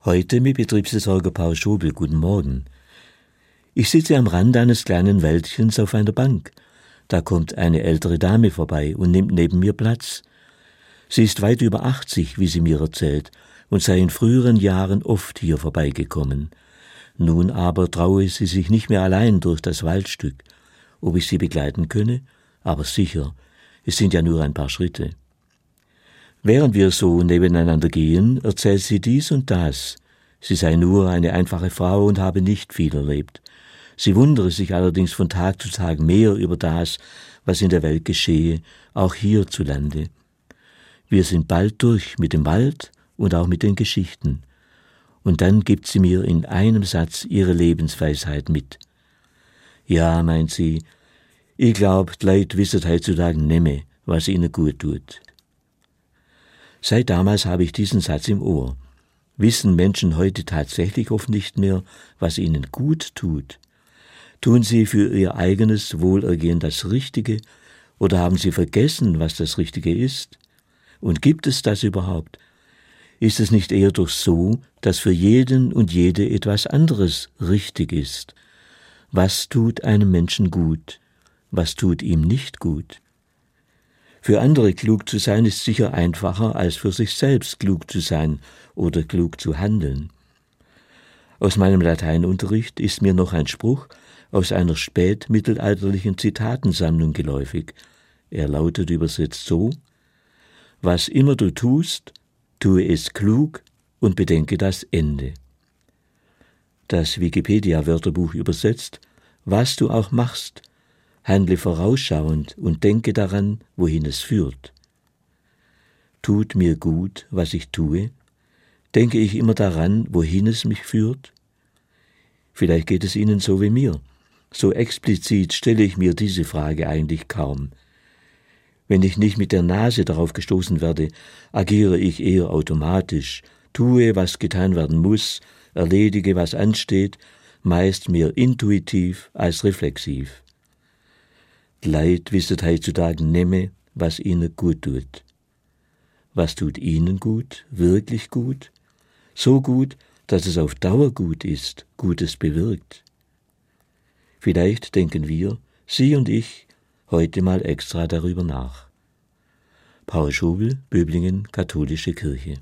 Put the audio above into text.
Heute mit Betriebsversorger Paul Schobel. Guten Morgen. Ich sitze am Rand eines kleinen Wäldchens auf einer Bank. Da kommt eine ältere Dame vorbei und nimmt neben mir Platz. Sie ist weit über 80, wie sie mir erzählt, und sei in früheren Jahren oft hier vorbeigekommen. Nun aber traue sie sich nicht mehr allein durch das Waldstück. Ob ich sie begleiten könne? Aber sicher, es sind ja nur ein paar Schritte. Während wir so nebeneinander gehen, erzählt sie dies und das. Sie sei nur eine einfache Frau und habe nicht viel erlebt. Sie wundere sich allerdings von Tag zu Tag mehr über das, was in der Welt geschehe, auch hierzulande. Wir sind bald durch mit dem Wald und auch mit den Geschichten. Und dann gibt sie mir in einem Satz ihre Lebensweisheit mit. Ja, meint sie, ich glaub, die Leute wissen heutzutage nimmer, was ihnen gut tut. Seit damals habe ich diesen Satz im Ohr. Wissen Menschen heute tatsächlich oft nicht mehr, was ihnen gut tut? Tun sie für ihr eigenes Wohlergehen das Richtige oder haben sie vergessen, was das Richtige ist? Und gibt es das überhaupt? Ist es nicht eher doch so, dass für jeden und jede etwas anderes richtig ist? Was tut einem Menschen gut? Was tut ihm nicht gut? Für andere klug zu sein ist sicher einfacher, als für sich selbst klug zu sein oder klug zu handeln. Aus meinem Lateinunterricht ist mir noch ein Spruch aus einer spätmittelalterlichen Zitatensammlung geläufig. Er lautet übersetzt so: Was immer du tust, tue es klug und bedenke das Ende. Das Wikipedia-Wörterbuch übersetzt: Was du auch machst, handle vorausschauend und denke daran, wohin es führt. Tut mir gut, was ich tue? Denke ich immer daran, wohin es mich führt? Vielleicht geht es Ihnen so wie mir. So explizit stelle ich mir diese Frage eigentlich kaum. Wenn ich nicht mit der Nase darauf gestoßen werde, agiere ich eher automatisch, tue, was getan werden muss, erledige, was ansteht, meist mehr intuitiv als reflexiv. Die Leute wissen heutzutage nimmer, was ihnen gut tut. Was tut ihnen gut, wirklich gut? So gut, dass es auf Dauer gut ist, Gutes bewirkt. Vielleicht denken wir, Sie und ich, heute mal extra darüber nach. Paul Schobel, Böblingen, Katholische Kirche.